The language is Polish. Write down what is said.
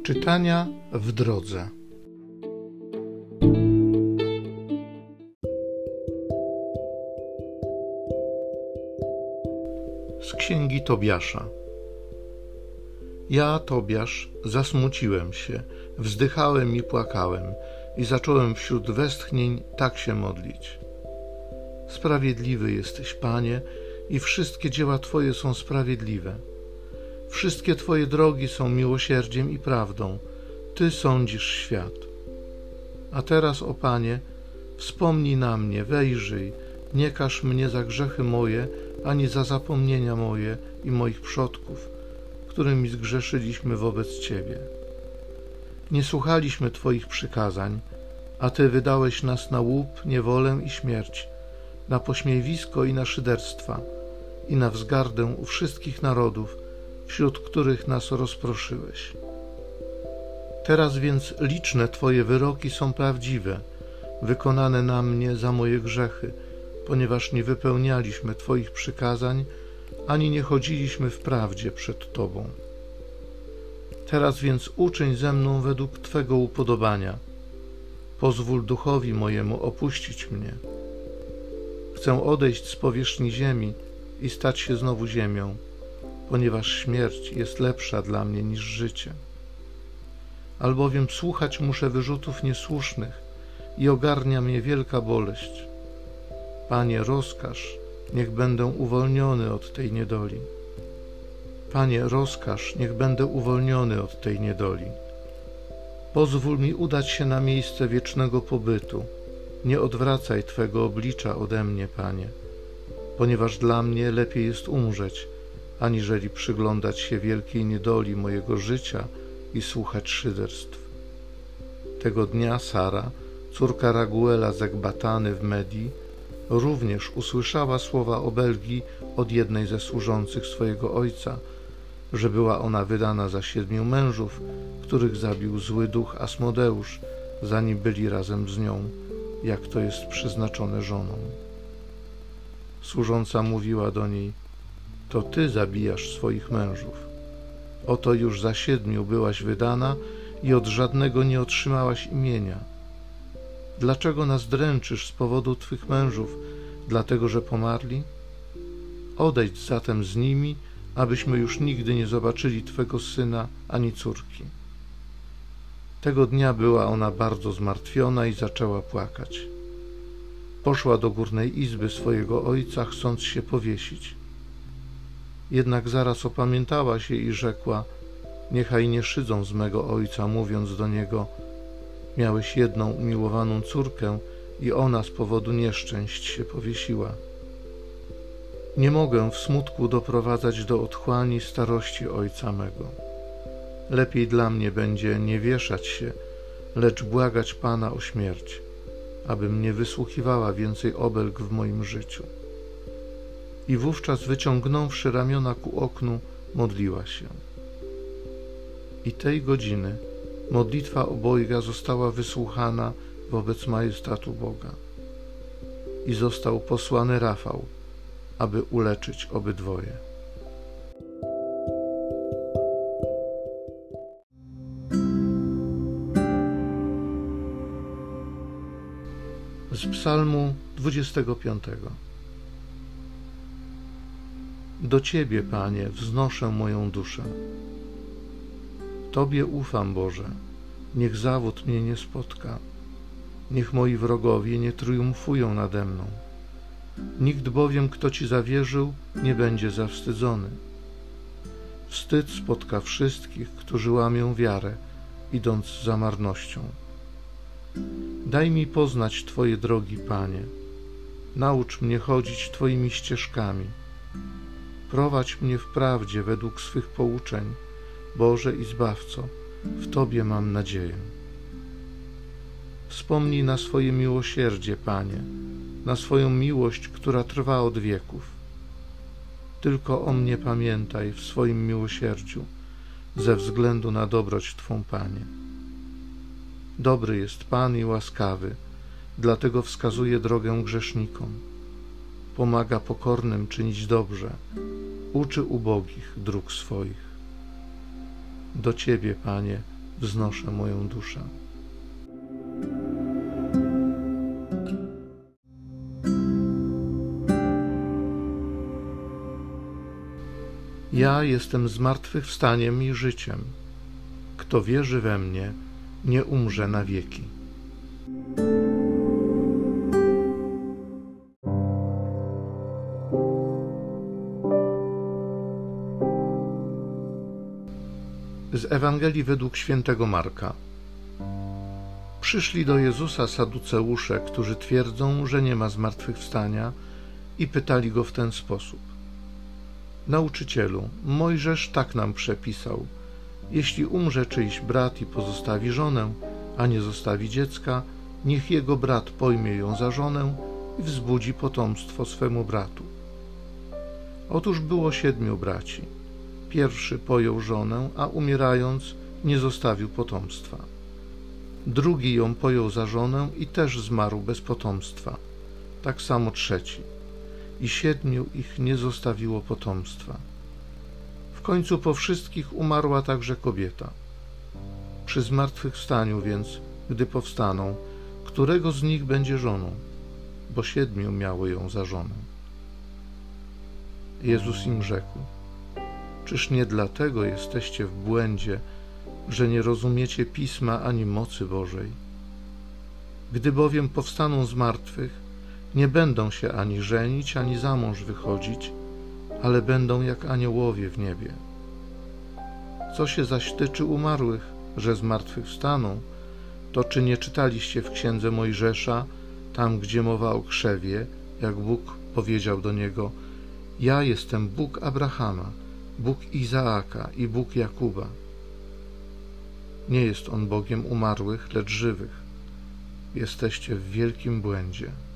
Czytania w drodze. Z księgi Tobiasza. Ja, Tobiasz, zasmuciłem się, wzdychałem i płakałem i zacząłem wśród westchnień tak się modlić. Sprawiedliwy jesteś, Panie, i wszystkie dzieła Twoje są sprawiedliwe. Wszystkie Twoje drogi są miłosierdziem i prawdą. Ty sądzisz świat. A teraz, o Panie, wspomnij na mnie, wejrzyj, nie karz mnie za grzechy moje, ani za zapomnienia moje i moich przodków, którymi zgrzeszyliśmy wobec Ciebie. Nie słuchaliśmy Twoich przykazań, a Ty wydałeś nas na łup, niewolę i śmierć, na pośmiewisko i na szyderstwa, i na wzgardę u wszystkich narodów, wśród których nas rozproszyłeś. Teraz więc liczne Twoje wyroki są prawdziwe, wykonane na mnie za moje grzechy, ponieważ nie wypełnialiśmy Twoich przykazań, ani nie chodziliśmy w prawdzie przed Tobą. Teraz więc uczyń ze mną według Twego upodobania. Pozwól duchowi mojemu opuścić mnie. Chcę odejść z powierzchni ziemi i stać się znowu ziemią, ponieważ śmierć jest lepsza dla mnie niż życie. Albowiem słuchać muszę wyrzutów niesłusznych i ogarnia mnie wielka boleść. Panie, rozkaż, niech będę uwolniony od tej niedoli. Panie, rozkaż, niech będę uwolniony od tej niedoli. Pozwól mi udać się na miejsce wiecznego pobytu. Nie odwracaj Twego oblicza ode mnie, Panie, ponieważ dla mnie lepiej jest umrzeć, aniżeli przyglądać się wielkiej niedoli mojego życia i słuchać szyderstw. Tego dnia Sara, córka Raguela z Ekbatany w Medii, również usłyszała słowa obelgi od jednej ze służących swojego ojca, że była ona wydana za 7 mężów, których zabił zły duch Asmodeusz, zanim byli razem z nią, jak to jest przyznaczone żoną. Służąca mówiła do niej: to Ty zabijasz swoich mężów. Oto już za 7 byłaś wydana i od żadnego nie otrzymałaś imienia. Dlaczego nas dręczysz z powodu Twych mężów, dlatego że pomarli? Odejdź zatem z nimi, abyśmy już nigdy nie zobaczyli Twego syna ani córki. Tego dnia była ona bardzo zmartwiona i zaczęła płakać. Poszła do górnej izby swojego ojca, chcąc się powiesić. Jednak zaraz opamiętała się i rzekła: niechaj nie szydzą z mego ojca, mówiąc do niego: miałeś jedną umiłowaną córkę i ona z powodu nieszczęść się powiesiła. Nie mogę w smutku doprowadzać do otchłani starości ojca mego. Lepiej dla mnie będzie nie wieszać się, lecz błagać Pana o śmierć, abym nie wysłuchiwała więcej obelg w moim życiu. I wówczas, wyciągnąwszy ramiona ku oknu, modliła się. I tej godziny modlitwa obojga została wysłuchana wobec majestatu Boga. I został posłany Rafał, aby uleczyć obydwoje. Z Psalmu 25. Do Ciebie, Panie, wznoszę moją duszę. Tobie ufam, Boże, niech zawód mnie nie spotka, niech moi wrogowie nie triumfują nade mną. Nikt bowiem, kto Ci zawierzył, nie będzie zawstydzony. Wstyd spotka wszystkich, którzy łamią wiarę, idąc za marnością. Daj mi poznać Twoje drogi, Panie. Naucz mnie chodzić Twoimi ścieżkami. Prowadź mnie w prawdzie według swych pouczeń, Boże i Zbawco, w Tobie mam nadzieję. Wspomnij na swoje miłosierdzie, Panie, na swoją miłość, która trwa od wieków. Tylko o mnie pamiętaj w swoim miłosierdziu, ze względu na dobroć Twą, Panie. Dobry jest Pan i łaskawy, dlatego wskazuje drogę grzesznikom. Pomaga pokornym czynić dobrze, uczy ubogich dróg swoich. Do Ciebie, Panie, wznoszę moją duszę. Ja jestem zmartwychwstaniem i życiem. Kto wierzy we mnie, nie umrze na wieki. Z Ewangelii według świętego Marka. Przyszli do Jezusa saduceusze, którzy twierdzą, że nie ma zmartwychwstania, i pytali go w ten sposób: Nauczycielu, Mojżesz tak nam przepisał: jeśli umrze czyjś brat i pozostawi żonę, a nie zostawi dziecka, niech jego brat pojmie ją za żonę i wzbudzi potomstwo swemu bratu. Otóż było 7 braci. Pierwszy pojął żonę, a umierając nie zostawił potomstwa. Drugi ją pojął za żonę i też zmarł bez potomstwa. Tak samo trzeci. I 7 ich nie zostawiło potomstwa. W końcu po wszystkich umarła także kobieta. Przy zmartwychwstaniu więc, gdy powstaną, którego z nich będzie żoną? Bo 7 miało ją za żonę. Jezus im rzekł: czyż nie dlatego jesteście w błędzie, że nie rozumiecie Pisma ani mocy Bożej? Gdy bowiem powstaną z martwych, nie będą się ani żenić, ani za mąż wychodzić, ale będą jak aniołowie w niebie. Co się zaś tyczy umarłych, że zmartwychwstaną, to czy nie czytaliście w księdze Mojżesza, tam gdzie mowa o krzewie, jak Bóg powiedział do niego: ja jestem Bóg Abrahama, Bóg Izaaka i Bóg Jakuba. Nie jest On Bogiem umarłych, lecz żywych. Jesteście w wielkim błędzie.